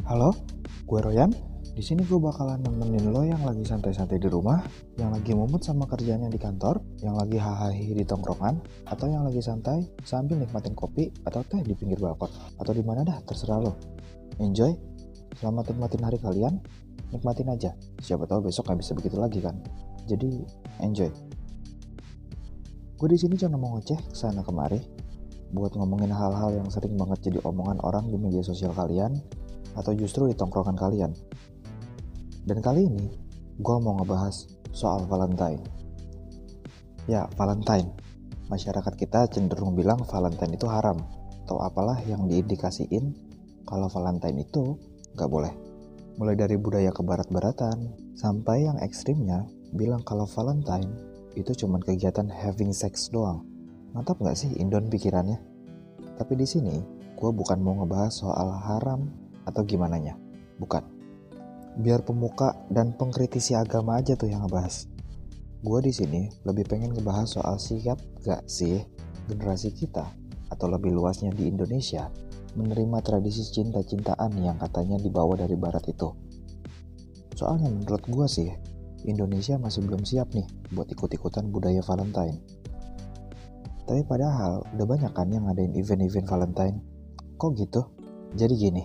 Halo, gue Royan. Di sini gue bakalan nemenin lo yang lagi santai-santai di rumah, yang lagi mumut sama kerjanya di kantor, yang lagi hahaha di tongkrongan, atau yang lagi santai sambil nikmatin kopi atau teh di pinggir balkon, atau di mana dah, terserah lo. Enjoy, selamat nikmatin hari kalian, nikmatin aja. Siapa tahu besok nggak bisa begitu lagi kan. Jadi enjoy. Gue di sini cuma mau ngoceh kesana kemari, buat ngomongin hal-hal yang sering banget jadi omongan orang di media sosial kalian, atau justru di tongkrongan kalian. Dan kali ini, gue mau ngebahas soal Valentine. Ya, Valentine. Masyarakat kita cenderung bilang Valentine itu haram, atau apalah yang diindikasiin kalau Valentine itu gak boleh. Mulai dari budaya kebarat-baratan, sampai yang ekstrimnya bilang kalau Valentine itu cuma kegiatan having sex doang. Mantap gak sih Indon pikirannya? Tapi di sini, gue bukan mau ngebahas soal haram atau gimananya. Bukan. Biar pemuka dan pengkritisi agama aja tuh yang ngebahas. Gue di sini lebih pengen ngebahas soal siap gak sih generasi kita atau lebih luasnya di Indonesia menerima tradisi cinta-cintaan yang katanya dibawa dari barat itu. Soalnya menurut gue sih, Indonesia masih belum siap nih buat ikut-ikutan budaya Valentine. Tapi padahal udah banyak kan yang ngadain event-event Valentine. Kok gitu? Jadi gini,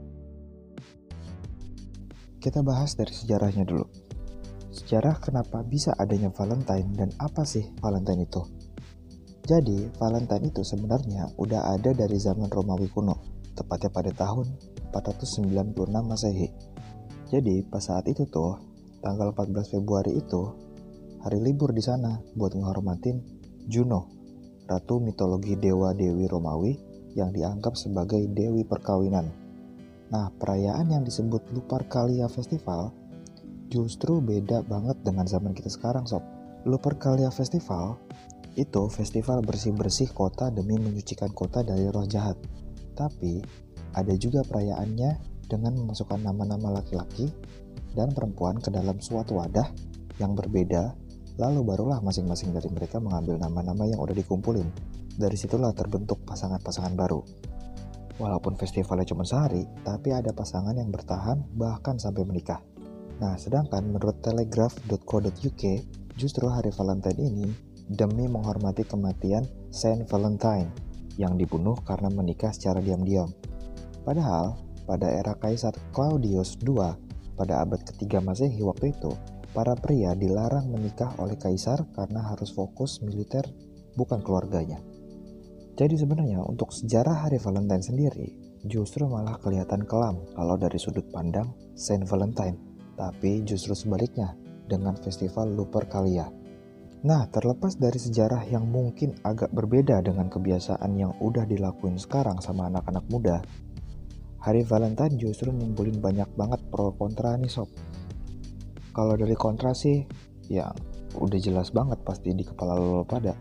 kita bahas dari sejarahnya dulu. Sejarah kenapa bisa adanya Valentine dan apa sih Valentine itu? Jadi, Valentine itu sebenarnya udah ada dari zaman Romawi kuno, tepatnya pada tahun 496 Masehi. Jadi, pas saat itu tuh, tanggal 14 Februari itu, hari libur di sana buat menghormatin Juno, ratu mitologi dewa-dewi Romawi yang dianggap sebagai dewi perkawinan. Nah, perayaan yang disebut Lupercalia Festival justru beda banget dengan zaman kita sekarang, sob. Lupercalia Festival itu festival bersih-bersih kota demi menyucikan kota dari roh jahat. Tapi, ada juga perayaannya dengan memasukkan nama-nama laki-laki dan perempuan ke dalam suatu wadah yang berbeda, lalu barulah masing-masing dari mereka mengambil nama-nama yang udah dikumpulin. Dari situlah terbentuk pasangan-pasangan baru. Walaupun festivalnya cuma sehari, tapi ada pasangan yang bertahan bahkan sampai menikah. Nah, sedangkan menurut telegraph.co.uk, justru hari Valentine ini demi menghormati kematian Saint Valentine yang dibunuh karena menikah secara diam-diam. Padahal, pada era Kaisar Claudius II pada abad ketiga Masehi waktu itu, para pria dilarang menikah oleh Kaisar karena harus fokus militer bukan keluarganya. Jadi sebenarnya untuk sejarah hari Valentine sendiri justru malah kelihatan kelam kalau dari sudut pandang Saint Valentine. Tapi justru sebaliknya dengan festival Lupercalia. Nah, terlepas dari sejarah yang mungkin agak berbeda dengan kebiasaan yang udah dilakuin sekarang sama anak-anak muda, hari Valentine justru nimbulin banyak banget pro kontra nih sob. Kalau dari kontra sih, ya udah jelas banget pasti di kepala lo pada.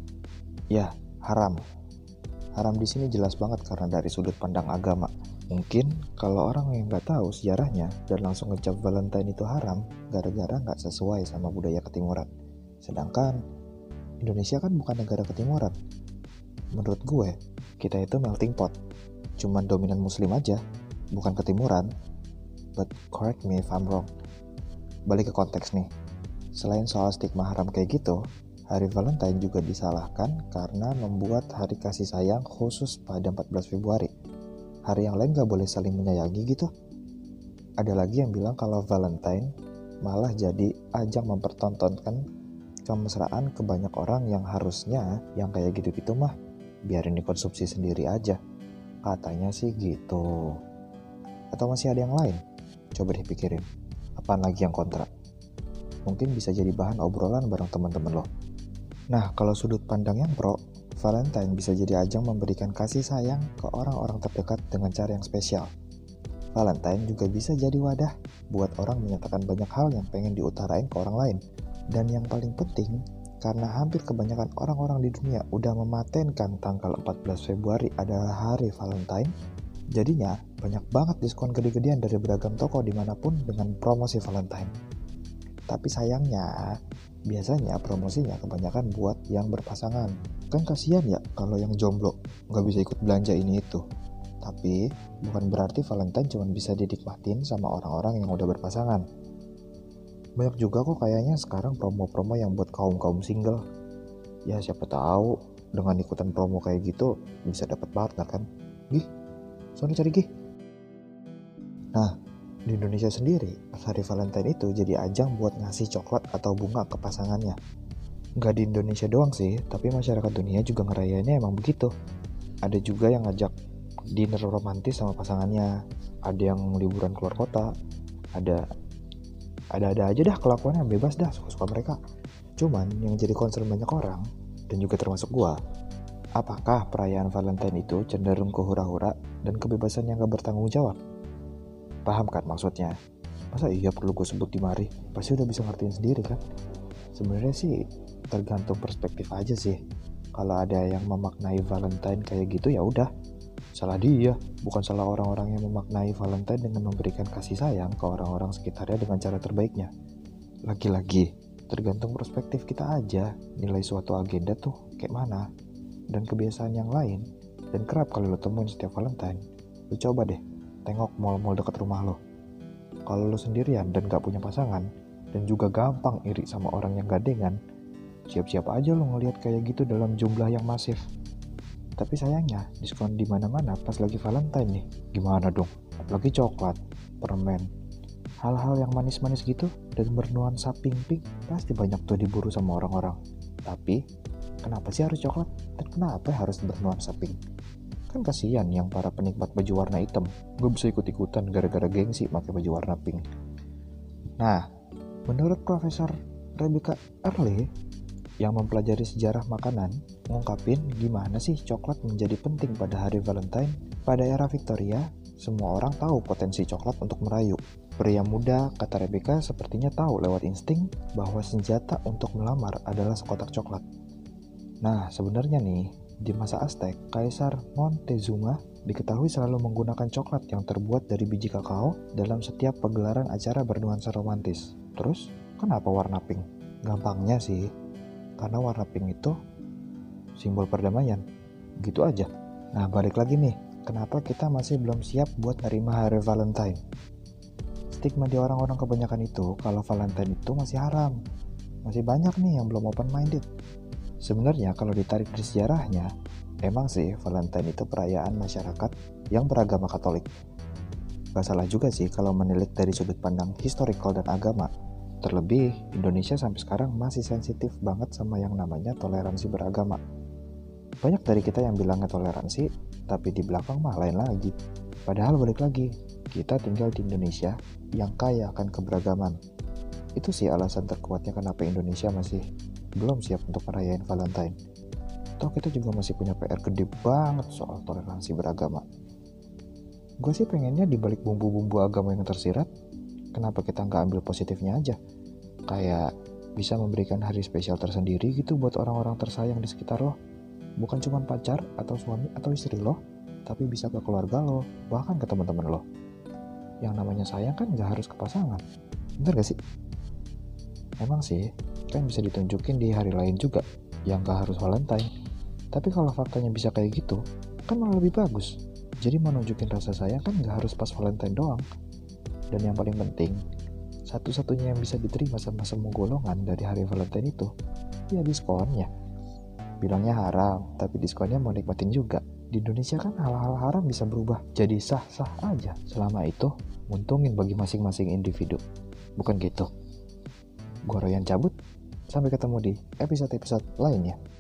Ya, haram. Haram di sini jelas banget karena dari sudut pandang agama. Mungkin kalau orang yang nggak tahu sejarahnya dan langsung ngecap Valentine itu haram gara-gara nggak sesuai sama budaya ketimuran. Sedangkan Indonesia kan bukan negara ketimuran. Menurut gue, kita itu melting pot. Cuman dominan muslim aja, bukan ketimuran. But correct me if I'm wrong. Balik ke konteks nih. Selain soal stigma haram kayak gitu, hari Valentine juga disalahkan karena membuat hari kasih sayang khusus pada 14 Februari. Hari yang lain gak boleh saling menyayangi gitu. Ada lagi yang bilang kalau Valentine malah jadi ajang mempertontonkan kemesraan ke banyak orang yang harusnya yang kayak gitu-gitu mah biarin dikonsumsi sendiri aja. Katanya sih gitu. Atau masih ada yang lain? Coba dipikirin. Apaan lagi yang kontra? Mungkin bisa jadi bahan obrolan bareng teman-teman lo. Nah, kalau sudut pandang yang pro, Valentine bisa jadi ajang memberikan kasih sayang ke orang-orang terdekat dengan cara yang spesial. Valentine juga bisa jadi wadah buat orang menyatakan banyak hal yang pengen diutarain ke orang lain. Dan yang paling penting, karena hampir kebanyakan orang-orang di dunia udah mematenkan tanggal 14 Februari adalah hari Valentine, jadinya banyak banget diskon gede-gedean dari beragam toko dimanapun dengan promosi Valentine. Tapi sayangnya, biasanya promosinya kebanyakan buat yang berpasangan. Kan kasihan ya kalau yang jomblo nggak bisa ikut belanja ini itu. Tapi bukan berarti Valentine cuma bisa dinikmatin sama orang-orang yang udah berpasangan. Banyak juga kok kayaknya sekarang promo-promo yang buat kaum-kaum single. Ya siapa tahu dengan ikutan promo kayak gitu bisa dapat partner kan. Gih, soalnya cari gih. Nah, di Indonesia sendiri, pas hari Valentine itu jadi ajang buat ngasih coklat atau bunga ke pasangannya. Nggak di Indonesia doang sih, tapi masyarakat dunia juga ngerayainnya emang begitu. Ada juga yang ngajak dinner romantis sama pasangannya, ada yang liburan keluar kota, ada aja dah kelakuannya, bebas dah, suka-suka mereka. Cuman yang jadi concern banyak orang, dan juga termasuk gua, apakah perayaan Valentine itu cenderung ke hura-hura dan kebebasan yang gak bertanggung jawab? Paham kan maksudnya? Masa iya perlu gue sebut di mari? Pasti udah bisa ngertiin sendiri kan? Sebenarnya sih tergantung perspektif aja sih. Kalau ada yang memaknai Valentine kayak gitu ya udah, salah dia, bukan salah orang-orang yang memaknai Valentine dengan memberikan kasih sayang ke orang-orang sekitarnya dengan cara terbaiknya. Lagi-lagi, tergantung perspektif kita aja, nilai suatu agenda tuh kayak mana. Dan kebiasaan yang lain, dan kerap kali lo temuin setiap Valentine, lo coba deh, tengok mall-mall dekat rumah lo. Kalau lo sendirian dan gak punya pasangan, dan juga gampang iri sama orang yang gandengan, siap-siap aja lo ngelihat kayak gitu dalam jumlah yang masif. Tapi sayangnya, diskon di mana-mana pas lagi Valentine nih. Gimana dong? Apalagi coklat, permen, hal-hal yang manis-manis gitu dan bernuansa pink-pink pasti banyak tuh diburu sama orang-orang. Tapi, kenapa sih harus coklat? Dan kenapa harus bernuansa pink? Kan kasihan yang para penikmat baju warna hitam, gak bisa ikut-ikutan gara-gara gengsi pakai baju warna pink. Nah, menurut Profesor Rebecca Early yang mempelajari sejarah makanan, ngungkapin gimana sih coklat menjadi penting pada hari Valentine. Pada era Victoria, semua orang tahu potensi coklat untuk merayu. Pria muda, kata Rebecca, sepertinya tahu lewat insting bahwa senjata untuk melamar adalah sekotak coklat. Nah, sebenarnya nih, di masa Aztec, Kaisar Montezuma diketahui selalu menggunakan coklat yang terbuat dari biji kakao dalam setiap pegelaran acara bernuansa romantis. Terus, kenapa warna pink? Gampangnya sih, karena warna pink itu simbol perdamaian. Gitu aja. Nah, balik lagi nih, kenapa kita masih belum siap buat nerima hari Valentine? Stigma di orang-orang kebanyakan itu kalau Valentine itu masih haram. Masih banyak nih yang belum open-minded. Sebenarnya kalau ditarik dari sejarahnya, emang sih Valentine itu perayaan masyarakat yang beragama Katolik. Gak salah juga sih kalau menilik dari sudut pandang historical dan agama. Terlebih, Indonesia sampai sekarang masih sensitif banget sama yang namanya toleransi beragama. Banyak dari kita yang bilangnya toleransi, tapi di belakang mah lain lagi. Padahal balik lagi, kita tinggal di Indonesia yang kaya akan keberagaman. Itu sih alasan terkuatnya kenapa Indonesia masih belum siap untuk merayain Valentine. Toh kita juga masih punya PR gede banget soal toleransi beragama. Gue sih pengennya dibalik bumbu-bumbu agama yang tersirat, kenapa kita nggak ambil positifnya aja? Kayak bisa memberikan hari spesial tersendiri gitu buat orang-orang tersayang di sekitar lo. Bukan cuma pacar atau suami atau istri lo, tapi bisa ke keluarga lo, bahkan ke teman-teman lo. Yang namanya sayang kan nggak harus ke pasangan, bener gak sih? Emang sih, kan bisa ditunjukin di hari lain juga, yang gak harus Valentine. Tapi kalau faktanya bisa kayak gitu, kan malah lebih bagus. Jadi mau nunjukin rasa sayang kan gak harus pas Valentine doang. Dan yang paling penting, satu-satunya yang bisa diterima sama semua golongan dari hari Valentine itu, ya diskonnya. Bilangnya haram, tapi diskonnya mau nikmatin juga. Di Indonesia kan hal-hal haram bisa berubah jadi sah-sah aja. Selama itu, nguntungin bagi masing-masing individu. Bukan gitu? Gue Royan cabut, sampai ketemu di episode-episode lainnya.